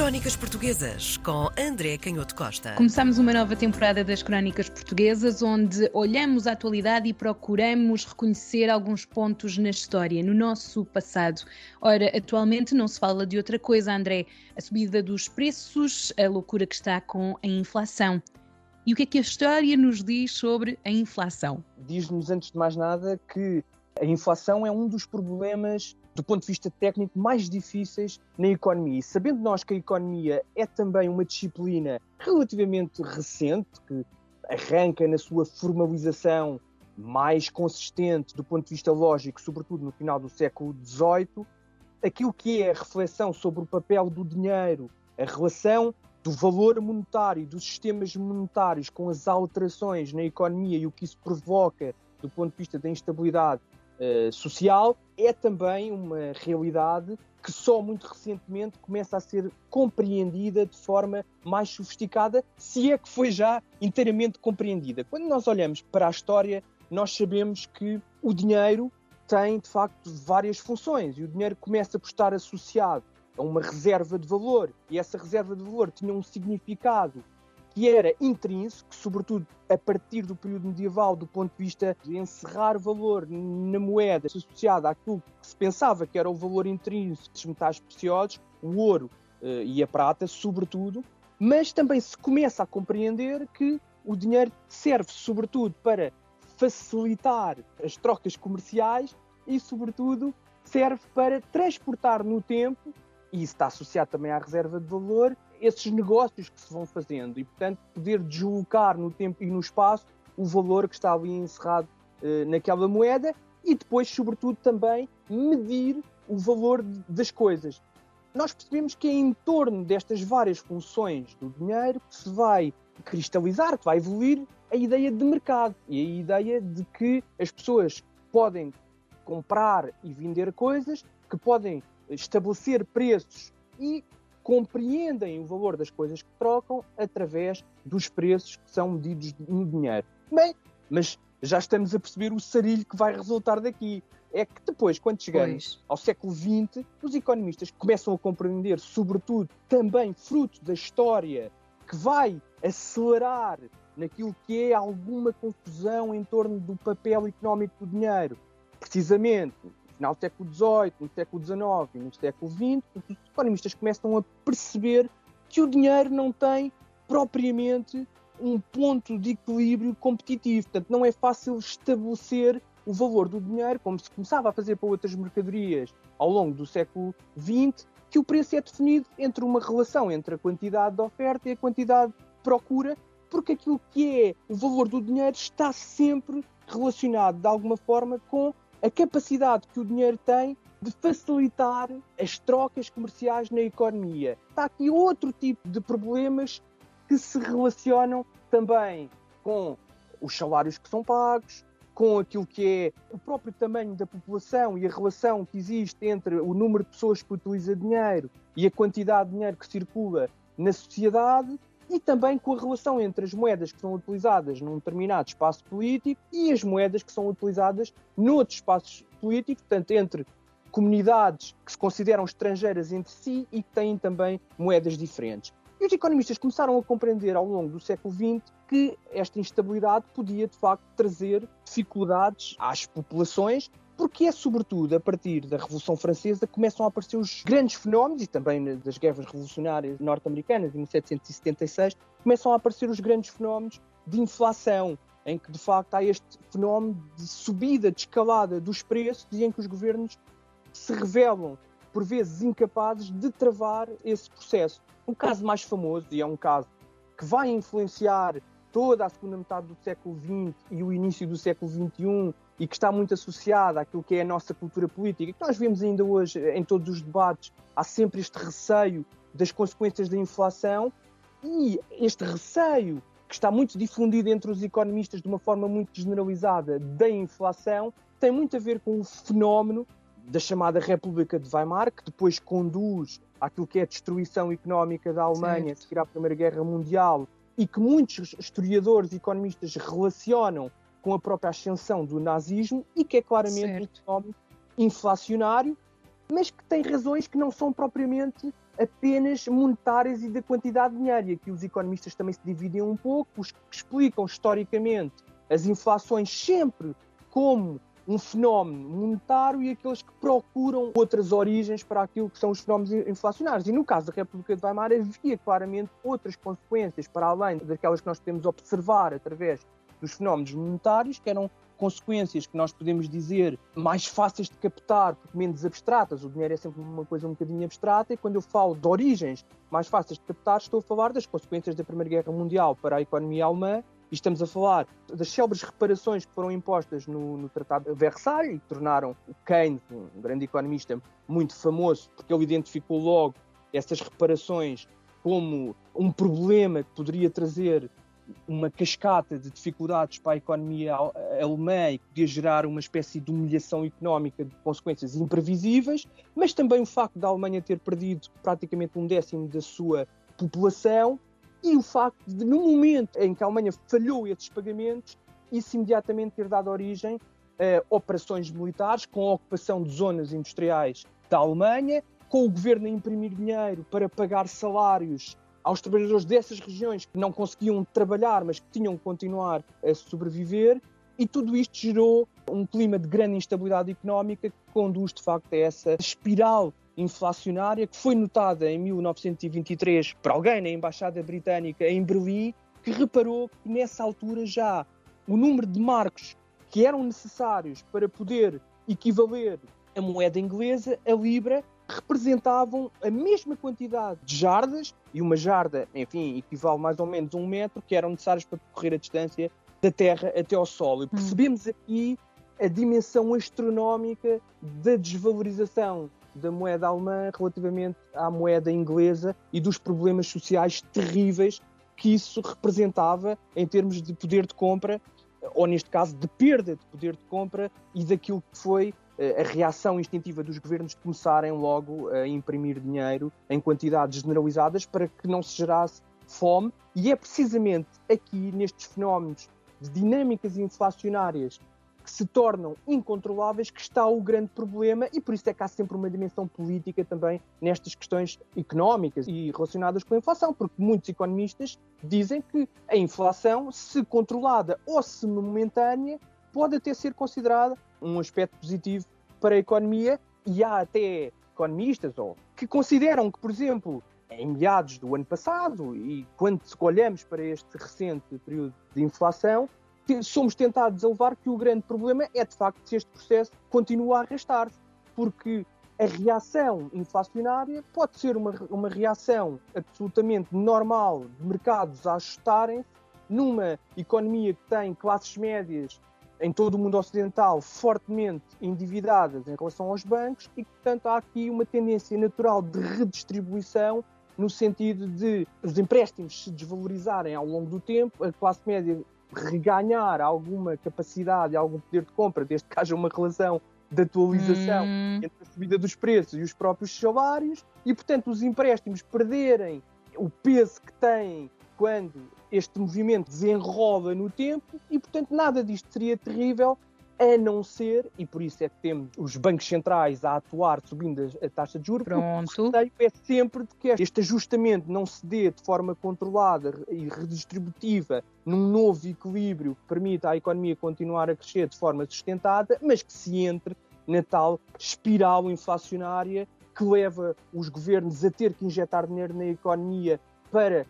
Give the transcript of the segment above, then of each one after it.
Crónicas Portuguesas, com André Canhoto Costa. Começamos uma nova temporada das Crónicas Portuguesas, onde olhamos a atualidade e procuramos reconhecer alguns pontos na história, no nosso passado. Ora, atualmente não se fala de outra coisa, André. A subida dos preços, a loucura que está com a inflação. E o que a história nos diz sobre a inflação? Diz-nos, antes de mais nada, que a inflação é um dos problemas, do ponto de vista técnico, mais difíceis na economia. E sabendo nós que a economia é também uma disciplina relativamente recente, que arranca na sua formalização mais consistente do ponto de vista lógico, sobretudo no final do século XVIII, aquilo que é a reflexão sobre o papel do dinheiro, a relação do valor monetário, dos sistemas monetários com as alterações na economia e o que isso provoca do ponto de vista da instabilidade social, é também uma realidade que só muito recentemente começa a ser compreendida de forma mais sofisticada, se é que foi já inteiramente compreendida. Quando nós olhamos para a história, nós sabemos que o dinheiro tem, de facto, várias funções, e o dinheiro começa por estar associado a uma reserva de valor, e essa reserva de valor tinha um significado que era intrínseco, sobretudo a partir do período medieval, do ponto de vista de encerrar valor na moeda associada àquilo que se pensava que era o valor intrínseco dos metais preciosos, o ouro e a prata, sobretudo, mas também se começa a compreender que o dinheiro serve, sobretudo, para facilitar as trocas comerciais e, sobretudo, serve para transportar no tempo, e isso está associado também à reserva de valor, esses negócios que se vão fazendo e, portanto, poder deslocar no tempo e no espaço o valor que está ali encerrado naquela moeda e depois, sobretudo, também medir o valor das coisas. Nós percebemos que é em torno destas várias funções do dinheiro que se vai cristalizar, que vai evoluir a ideia de mercado e a ideia de que as pessoas podem comprar e vender coisas, que podem estabelecer preços e compreendem o valor das coisas que trocam através dos preços que são medidos no dinheiro. Bem, mas já estamos a perceber o sarilho que vai resultar daqui. É que depois, quando chegamos ao século XX, os economistas começam a compreender, sobretudo, também fruto da história que vai acelerar naquilo que é alguma confusão em torno do papel económico do dinheiro. Precisamente, no final do século XVIII, no século XIX e no século XX, os economistas começam a perceber que o dinheiro não tem propriamente um ponto de equilíbrio competitivo. Portanto, não é fácil estabelecer o valor do dinheiro, como se começava a fazer para outras mercadorias ao longo do século XX, que o preço é definido entre uma relação entre a quantidade de oferta e a quantidade de procura, porque aquilo que é o valor do dinheiro está sempre relacionado, de alguma forma, com a capacidade que o dinheiro tem de facilitar as trocas comerciais na economia. Está aqui outro tipo de problemas que se relacionam também com os salários que são pagos, com aquilo que é o próprio tamanho da população e a relação que existe entre o número de pessoas que utiliza dinheiro e a quantidade de dinheiro que circula na sociedade, e também com a relação entre as moedas que são utilizadas num determinado espaço político e as moedas que são utilizadas noutros espaços políticos, portanto, entre comunidades que se consideram estrangeiras entre si e que têm também moedas diferentes. E os economistas começaram a compreender ao longo do século XX que esta instabilidade podia, de facto, trazer dificuldades às populações, porque é, sobretudo, a partir da Revolução Francesa que começam a aparecer os grandes fenómenos, e também das guerras revolucionárias norte-americanas, em 1776, começam a aparecer os grandes fenómenos de inflação, em que, de facto, há este fenómeno de subida, de escalada dos preços, e em que os governos se revelam, por vezes, incapazes de travar esse processo. O caso mais famoso, e é um caso que vai influenciar toda a segunda metade do século XX e o início do século XXI, e que está muito associada àquilo que é a nossa cultura política, que nós vemos ainda hoje em todos os debates, há sempre este receio das consequências da inflação, e este receio, que está muito difundido entre os economistas de uma forma muito generalizada, da inflação, tem muito a ver com o fenómeno da chamada República de Weimar, que depois conduz àquilo que é a destruição económica da Alemanha a seguir à Primeira Guerra Mundial, e que muitos historiadores e economistas relacionam com a própria ascensão do nazismo, e que é claramente um fenómeno inflacionário, mas que tem razões que não são propriamente apenas monetárias e da quantidade de dinheiro. E aqui os economistas também se dividem um pouco, os que explicam historicamente as inflações sempre como um fenómeno monetário e aqueles que procuram outras origens para aquilo que são os fenómenos inflacionários. E no caso da República de Weimar havia claramente outras consequências para além daquelas que nós podemos observar através dos fenómenos monetários, que eram consequências que nós podemos dizer mais fáceis de captar, porque menos abstratas. O dinheiro é sempre uma coisa um bocadinho abstrata, e quando eu falo de origens mais fáceis de captar, estou a falar das consequências da Primeira Guerra Mundial para a economia alemã, e estamos a falar das célebres reparações que foram impostas no Tratado de Versalhes e que tornaram o Keynes, um grande economista muito famoso, porque ele identificou logo essas reparações como um problema que poderia trazer uma cascata de dificuldades para a economia alemã e que podia gerar uma espécie de humilhação económica de consequências imprevisíveis, mas também o facto da Alemanha ter perdido praticamente 1/10 da sua população e o facto de, no momento em que a Alemanha falhou esses pagamentos, isso imediatamente ter dado origem a operações militares com a ocupação de zonas industriais da Alemanha, com o governo a imprimir dinheiro para pagar salários aos trabalhadores dessas regiões que não conseguiam trabalhar, mas que tinham que continuar a sobreviver, e tudo isto gerou um clima de grande instabilidade económica que conduz, de facto, a essa espiral inflacionária que foi notada em 1923 por alguém na Embaixada Britânica em Berlim, que reparou que nessa altura já o número de marcos que eram necessários para poder equivaler a moeda inglesa, a libra, representavam a mesma quantidade de jardas, e uma jarda, enfim, equivale mais ou menos a 1 metro, que eram necessários para percorrer a distância da Terra até ao Sol. E percebemos aqui a dimensão astronómica da desvalorização da moeda alemã relativamente à moeda inglesa e dos problemas sociais terríveis que isso representava em termos de poder de compra, ou neste caso de perda de poder de compra, e daquilo que foi a reação instintiva dos governos de começarem logo a imprimir dinheiro em quantidades generalizadas para que não se gerasse fome. E é precisamente aqui, nestes fenómenos de dinâmicas inflacionárias que se tornam incontroláveis, que está o grande problema, e por isso é que há sempre uma dimensão política também nestas questões económicas e relacionadas com a inflação, porque muitos economistas dizem que a inflação, se controlada ou se momentânea, pode até ser considerada um aspecto positivo para a economia, e há até economistas que consideram que, por exemplo, em meados do ano passado, e quando olhamos para este recente período de inflação, somos tentados a levar que o grande problema é, de facto, se este processo continua a arrastar-se, porque a reação inflacionária pode ser uma reação absolutamente normal de mercados a ajustarem-se numa economia que tem classes médias em todo o mundo ocidental fortemente endividadas em relação aos bancos e que, portanto, há aqui uma tendência natural de redistribuição no sentido de os empréstimos se desvalorizarem ao longo do tempo, a classe média reganhar alguma capacidade, algum poder de compra, desde que haja uma relação de atualização entre a subida dos preços e os próprios salários, e, portanto, os empréstimos perderem o peso que têm quando este movimento desenrola no tempo, e, portanto, nada disto seria terrível, a não ser, e por isso é que temos os bancos centrais a atuar subindo a taxa de juros, porque o receio é sempre de que este ajustamento não se dê de forma controlada e redistributiva num novo equilíbrio que permita à economia continuar a crescer de forma sustentada, mas que se entre na tal espiral inflacionária que leva os governos a ter que injetar dinheiro na economia para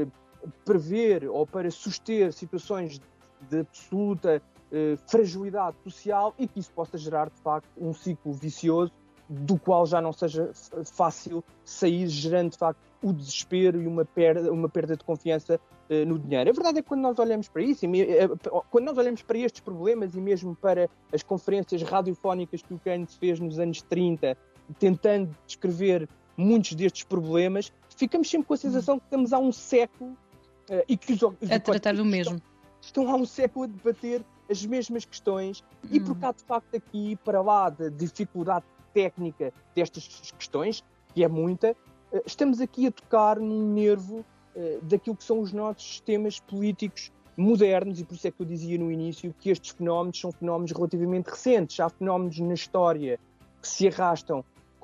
prever ou para suster situações de absoluta fragilidade social, e que isso possa gerar, de facto, um ciclo vicioso do qual já não seja fácil sair, gerando, de facto, o desespero e uma perda de confiança no dinheiro. A verdade é que quando nós olhamos para isso, quando nós olhamos para estes problemas e mesmo para as conferências radiofónicas que o Keynes fez nos anos 30, tentando descrever muitos destes problemas, ficamos sempre com a sensação que estamos há um século e que os a tratar do mesmo. Estão há um século a debater as mesmas questões, e porque há, de facto, aqui, para lá da dificuldade técnica destas questões, que é muita, estamos aqui a tocar num nervo daquilo que são os nossos sistemas políticos modernos, e por isso é que eu dizia no início que estes fenómenos são fenómenos relativamente recentes. Há fenómenos na história que se arrastam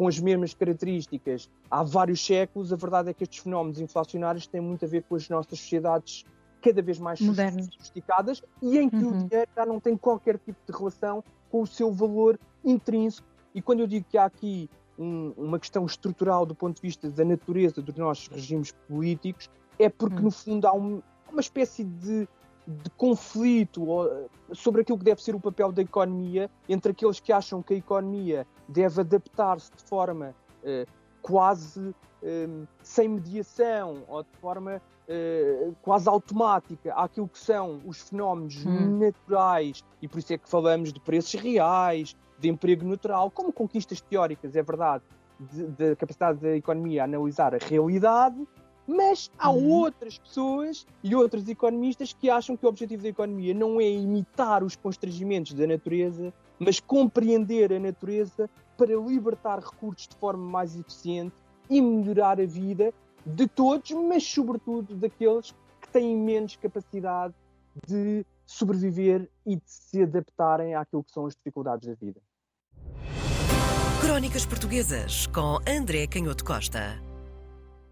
com as mesmas características há vários séculos, a verdade é que estes fenómenos inflacionários têm muito a ver com as nossas sociedades cada vez mais modernas, sofisticadas e em que o dinheiro já não tem qualquer tipo de relação com o seu valor intrínseco. E quando eu digo que há aqui uma questão estrutural do ponto de vista da natureza dos nossos regimes políticos, é porque, no fundo, há uma espécie de conflito sobre aquilo que deve ser o papel da economia entre aqueles que acham que a economia deve adaptar-se de forma quase sem mediação ou de forma quase automática àquilo que são os fenómenos naturais, e por isso é que falamos de preços reais, de emprego natural, como conquistas teóricas, é verdade, da capacidade da economia a analisar a realidade. Mas há outras pessoas e outros economistas que acham que o objetivo da economia não é imitar os constrangimentos da natureza, mas compreender a natureza para libertar recursos de forma mais eficiente e melhorar a vida de todos, mas sobretudo daqueles que têm menos capacidade de sobreviver e de se adaptarem àquilo que são as dificuldades da vida. Crónicas Portuguesas com André Canhoto Costa.